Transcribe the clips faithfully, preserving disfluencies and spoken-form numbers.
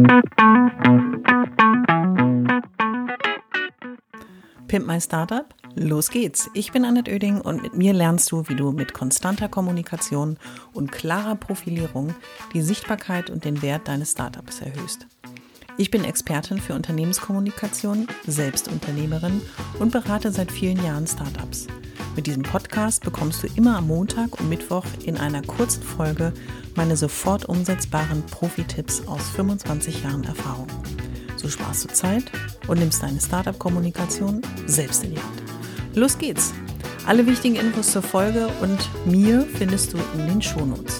Pimp My Startup, los geht's. Ich bin Annette Oeding und mit mir lernst du, wie du mit konstanter Kommunikation und klarer Profilierung die Sichtbarkeit und den Wert deines Startups erhöhst. Ich bin Expertin für Unternehmenskommunikation, selbst Unternehmerin und berate seit vielen Jahren Startups. Mit diesem Podcast bekommst du immer am Montag und Mittwoch in einer kurzen Folge meine sofort umsetzbaren Profi-Tipps aus fünfundzwanzig Jahren Erfahrung. So sparst du Zeit und nimmst deine Startup-Kommunikation selbst in die Hand. Los geht's! Alle wichtigen Infos zur Folge und mir findest du in den Shownotes.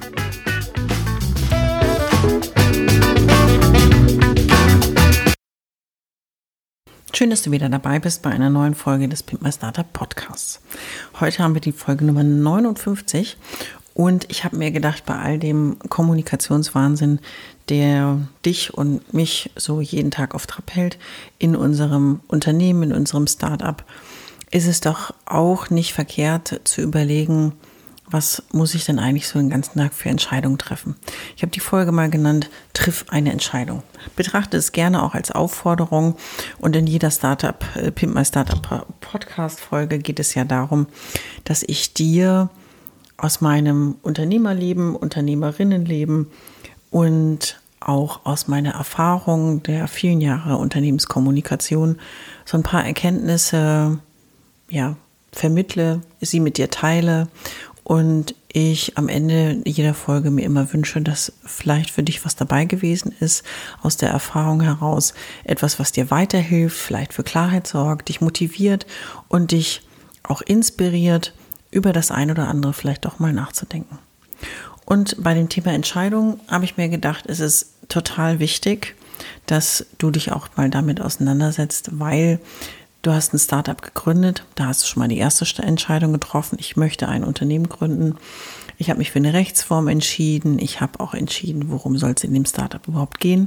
Schön, dass du wieder dabei bist bei einer neuen Folge des Pimp My Startup Podcasts. Heute haben wir die Folge Nummer neunundfünfzig und ich habe mir gedacht, bei all dem Kommunikationswahnsinn, der dich und mich so jeden Tag auf Trab hält, in unserem Unternehmen, in unserem Startup, ist es doch auch nicht verkehrt zu überlegen, was muss ich denn eigentlich so den ganzen Tag für Entscheidungen treffen? Ich habe die Folge mal genannt, triff eine Entscheidung. Betrachte es gerne auch als Aufforderung und in jeder Startup, äh, Pimp My Startup Podcast Folge geht es ja darum, dass ich dir aus meinem Unternehmerleben, Unternehmerinnenleben und auch aus meiner Erfahrung der vielen Jahre Unternehmenskommunikation so ein paar Erkenntnisse, ja, vermittle, sie mit dir teile und ich am Ende jeder Folge mir immer wünsche, dass vielleicht für dich was dabei gewesen ist, aus der Erfahrung heraus etwas, was dir weiterhilft, vielleicht für Klarheit sorgt, dich motiviert und dich auch inspiriert, über das ein oder andere vielleicht auch mal nachzudenken. Und bei dem Thema Entscheidung habe ich mir gedacht, es ist total wichtig, dass du dich auch mal damit auseinandersetzt, weil du hast ein Startup gegründet, da hast du schon mal die erste Entscheidung getroffen. Ich möchte ein Unternehmen gründen. Ich habe mich für eine Rechtsform entschieden. Ich habe auch entschieden, worum soll es in dem Startup überhaupt gehen.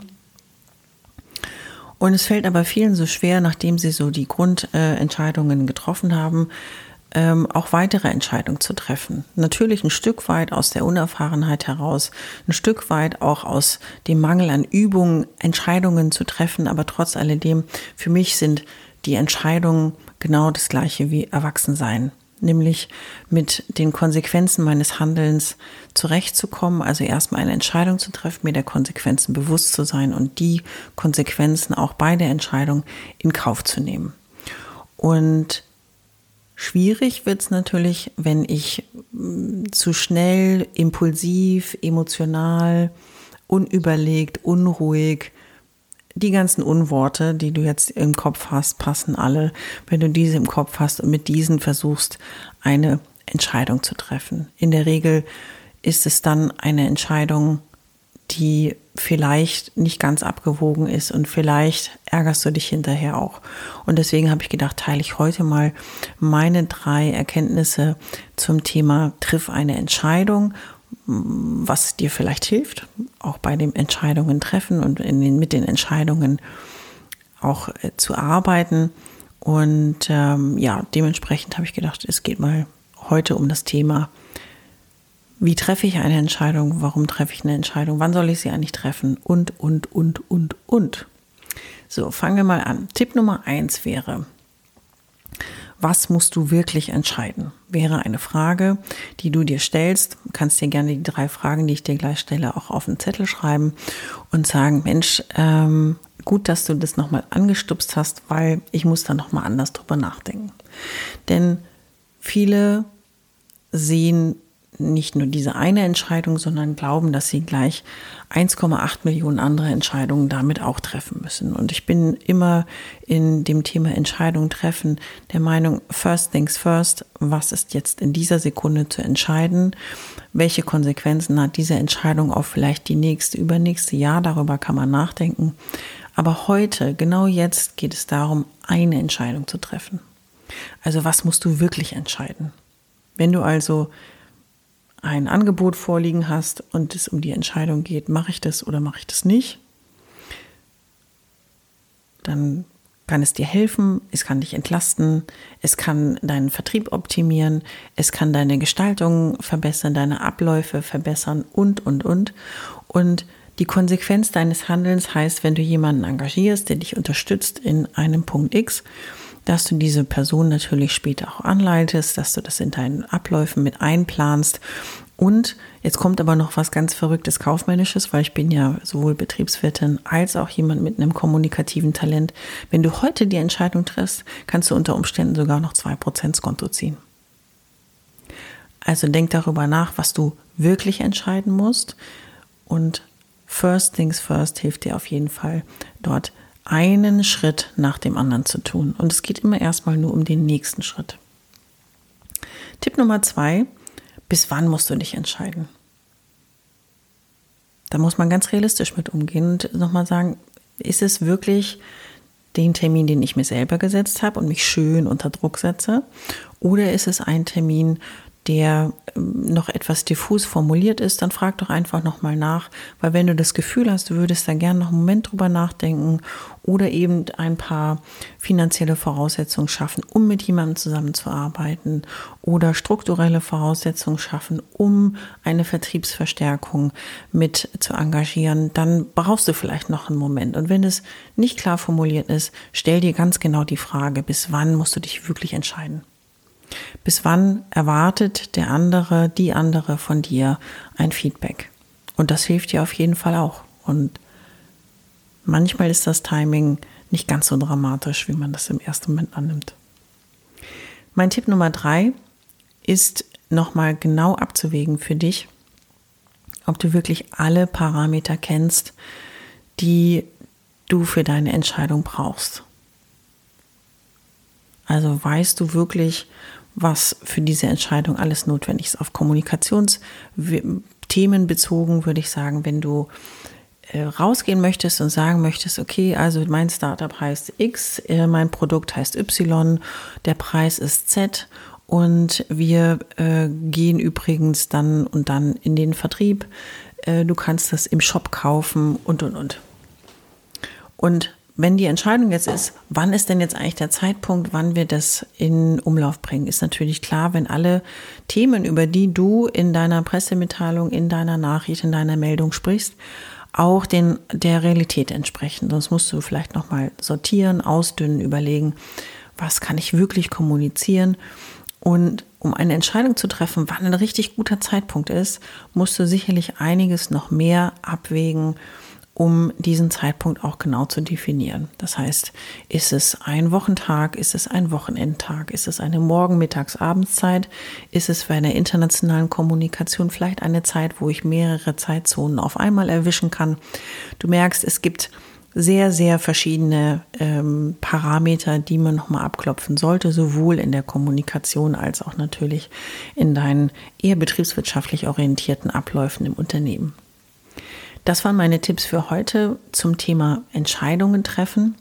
Und es fällt aber vielen so schwer, nachdem sie so die Grundentscheidungen getroffen haben, ähm, auch weitere Entscheidungen zu treffen. Natürlich ein Stück weit aus der Unerfahrenheit heraus, ein Stück weit auch aus dem Mangel an Übung, Entscheidungen zu treffen. Aber trotz alledem, für mich sind die Entscheidungen genau das Gleiche wie Erwachsensein, nämlich mit den Konsequenzen meines Handelns zurechtzukommen, also erstmal eine Entscheidung zu treffen, mir der Konsequenzen bewusst zu sein und die Konsequenzen auch bei der Entscheidung in Kauf zu nehmen. Und schwierig wird es natürlich, wenn ich zu schnell, impulsiv, emotional, unüberlegt, unruhig, die ganzen Unworte, die du jetzt im Kopf hast, passen alle. Wenn du diese im Kopf hast und mit diesen versuchst, eine Entscheidung zu treffen. In der Regel ist es dann eine Entscheidung, die vielleicht nicht ganz abgewogen ist und vielleicht ärgerst du dich hinterher auch. Und deswegen habe ich gedacht, teile ich heute mal meine drei Erkenntnisse zum Thema triff eine Entscheidung, was dir vielleicht hilft, auch bei den Entscheidungen treffen und in den, mit den Entscheidungen auch äh, zu arbeiten. Und ähm, ja, dementsprechend habe ich gedacht, es geht mal heute um das Thema, wie treffe ich eine Entscheidung, warum treffe ich eine Entscheidung, wann soll ich sie eigentlich treffen und, und, und, und, und. So, fangen wir mal an. Tipp Nummer eins wäre, was musst du wirklich entscheiden? Wäre eine Frage, die du dir stellst. Du kannst dir gerne die drei Fragen, die ich dir gleich stelle, auch auf den Zettel schreiben und sagen, Mensch, ähm, gut, dass du das nochmal angestupst hast, weil ich muss da nochmal anders drüber nachdenken. Denn viele sehen nicht nur diese eine Entscheidung, sondern glauben, dass sie gleich eins Komma acht Millionen andere Entscheidungen damit auch treffen müssen. Und ich bin immer in dem Thema Entscheidung treffen der Meinung, first things first, was ist jetzt in dieser Sekunde zu entscheiden? Welche Konsequenzen hat diese Entscheidung auf vielleicht die nächste, übernächste Jahr? Darüber kann man nachdenken. Aber heute, genau jetzt, geht es darum, eine Entscheidung zu treffen. Also was musst du wirklich entscheiden? Wenn du also ein Angebot vorliegen hast und es um die Entscheidung geht, mache ich das oder mache ich das nicht, dann kann es dir helfen, es kann dich entlasten, es kann deinen Vertrieb optimieren, es kann deine Gestaltung verbessern, deine Abläufe verbessern und, und, und. Und Die Konsequenz deines Handelns heißt, wenn du jemanden engagierst, der dich unterstützt in einem Punkt X, dass du diese Person natürlich später auch anleitest, dass du das in deinen Abläufen mit einplanst. Und jetzt kommt aber noch was ganz Verrücktes Kaufmännisches, weil ich bin ja sowohl Betriebswirtin als auch jemand mit einem kommunikativen Talent. Wenn du heute die Entscheidung triffst, kannst du unter Umständen sogar noch zwei Prozent ins Konto ziehen. Also denk darüber nach, was du wirklich entscheiden musst. Und First Things First hilft dir auf jeden Fall, dort einen Schritt nach dem anderen zu tun. Und es geht immer erstmal nur um den nächsten Schritt. Tipp Nummer zwei, bis wann musst du dich entscheiden? Da muss man ganz realistisch mit umgehen und nochmal sagen, ist es wirklich den Termin, den ich mir selber gesetzt habe und mich schön unter Druck setze? Oder ist es ein Termin, der noch etwas diffus formuliert ist, dann frag doch einfach nochmal nach, weil wenn du das Gefühl hast, du würdest da gerne noch einen Moment drüber nachdenken oder eben ein paar finanzielle Voraussetzungen schaffen, um mit jemandem zusammenzuarbeiten oder strukturelle Voraussetzungen schaffen, um eine Vertriebsverstärkung mit zu engagieren, dann brauchst du vielleicht noch einen Moment. Und wenn es nicht klar formuliert ist, stell dir ganz genau die Frage, bis wann musst du dich wirklich entscheiden? Bis wann erwartet der andere, die andere von dir ein Feedback? Und das hilft dir auf jeden Fall auch. Und manchmal ist das Timing nicht ganz so dramatisch, wie man das im ersten Moment annimmt. Mein Tipp Nummer drei ist nochmal genau abzuwägen für dich, ob du wirklich alle Parameter kennst, die du für deine Entscheidung brauchst. Also weißt du wirklich, was für diese Entscheidung alles notwendig ist. Auf Kommunikationsthemen bezogen würde ich sagen, wenn du äh, rausgehen möchtest und sagen möchtest, okay, also mein Startup heißt X, äh, mein Produkt heißt Y, der Preis ist Z und wir äh, gehen übrigens dann und dann in den Vertrieb. Äh, du kannst das im Shop kaufen und, und, und. Und wenn die Entscheidung jetzt ist, wann ist denn jetzt eigentlich der Zeitpunkt, wann wir das in Umlauf bringen, ist natürlich klar, wenn alle Themen, über die du in deiner Pressemitteilung, in deiner Nachricht, in deiner Meldung sprichst, auch den, der Realität entsprechen. Sonst musst du vielleicht nochmal sortieren, ausdünnen, überlegen, was kann ich wirklich kommunizieren. Und um eine Entscheidung zu treffen, wann ein richtig guter Zeitpunkt ist, musst du sicherlich einiges noch mehr abwägen, um diesen Zeitpunkt auch genau zu definieren. Das heißt, ist es ein Wochentag, ist es ein Wochenendtag, ist es eine Morgen-, Mittags-, Abendszeit, ist es für eine internationalen Kommunikation vielleicht eine Zeit, wo ich mehrere Zeitzonen auf einmal erwischen kann. Du merkst, es gibt sehr, sehr verschiedene ähm, Parameter, die man nochmal abklopfen sollte, sowohl in der Kommunikation als auch natürlich in deinen eher betriebswirtschaftlich orientierten Abläufen im Unternehmen. Das waren meine Tipps für heute zum Thema Entscheidungen treffen.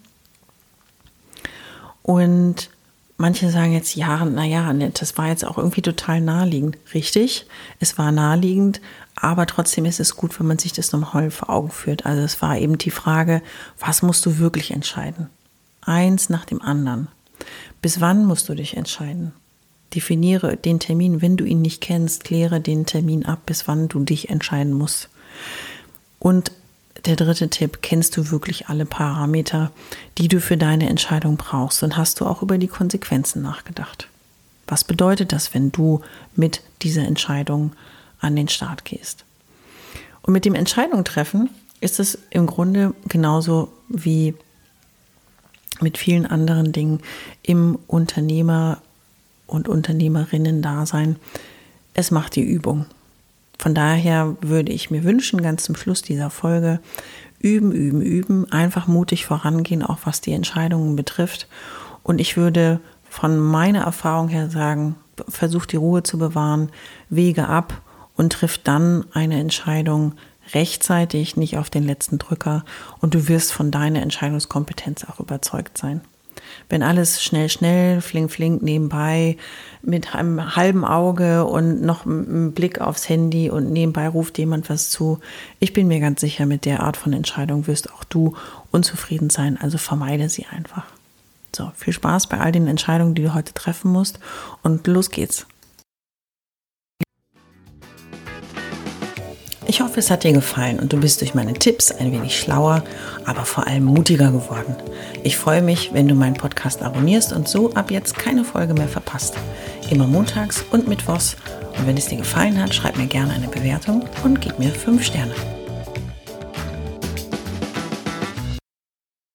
Und manche sagen jetzt, ja, naja, Annette, das war jetzt auch irgendwie total naheliegend. Richtig, es war naheliegend, aber trotzdem ist es gut, wenn man sich das nochmal vor Augen führt. Also es war eben die Frage, was musst du wirklich entscheiden? Eins nach dem anderen. Bis wann musst du dich entscheiden? Definiere den Termin, wenn du ihn nicht kennst, kläre den Termin ab, bis wann du dich entscheiden musst. Und der dritte Tipp, kennst du wirklich alle Parameter, die du für deine Entscheidung brauchst und hast du auch über die Konsequenzen nachgedacht? Was bedeutet das, wenn du mit dieser Entscheidung an den Start gehst? Und mit dem Entscheidung treffen ist es im Grunde genauso wie mit vielen anderen Dingen im Unternehmer- und Unternehmerinnen-Dasein. Es macht die Übung. Von daher würde ich mir wünschen, ganz zum Schluss dieser Folge, üben, üben, üben, einfach mutig vorangehen, auch was die Entscheidungen betrifft. Und ich würde von meiner Erfahrung her sagen, versuch die Ruhe zu bewahren, wege ab und triff dann eine Entscheidung rechtzeitig, nicht auf den letzten Drücker. Und du wirst von deiner Entscheidungskompetenz auch überzeugt sein. Wenn alles schnell, schnell, flink, flink nebenbei, mit einem halben Auge und noch einem Blick aufs Handy und nebenbei ruft jemand was zu. Ich bin mir ganz sicher, mit der Art von Entscheidung wirst auch du unzufrieden sein, also vermeide sie einfach. So, viel Spaß bei all den Entscheidungen, die du heute treffen musst und los geht's. Ich hoffe, es hat dir gefallen und du bist durch meine Tipps ein wenig schlauer, aber vor allem mutiger geworden. Ich freue mich, wenn du meinen Podcast abonnierst und so ab jetzt keine Folge mehr verpasst. Immer montags und mittwochs. Und wenn es dir gefallen hat, schreib mir gerne eine Bewertung und gib mir fünf Sterne.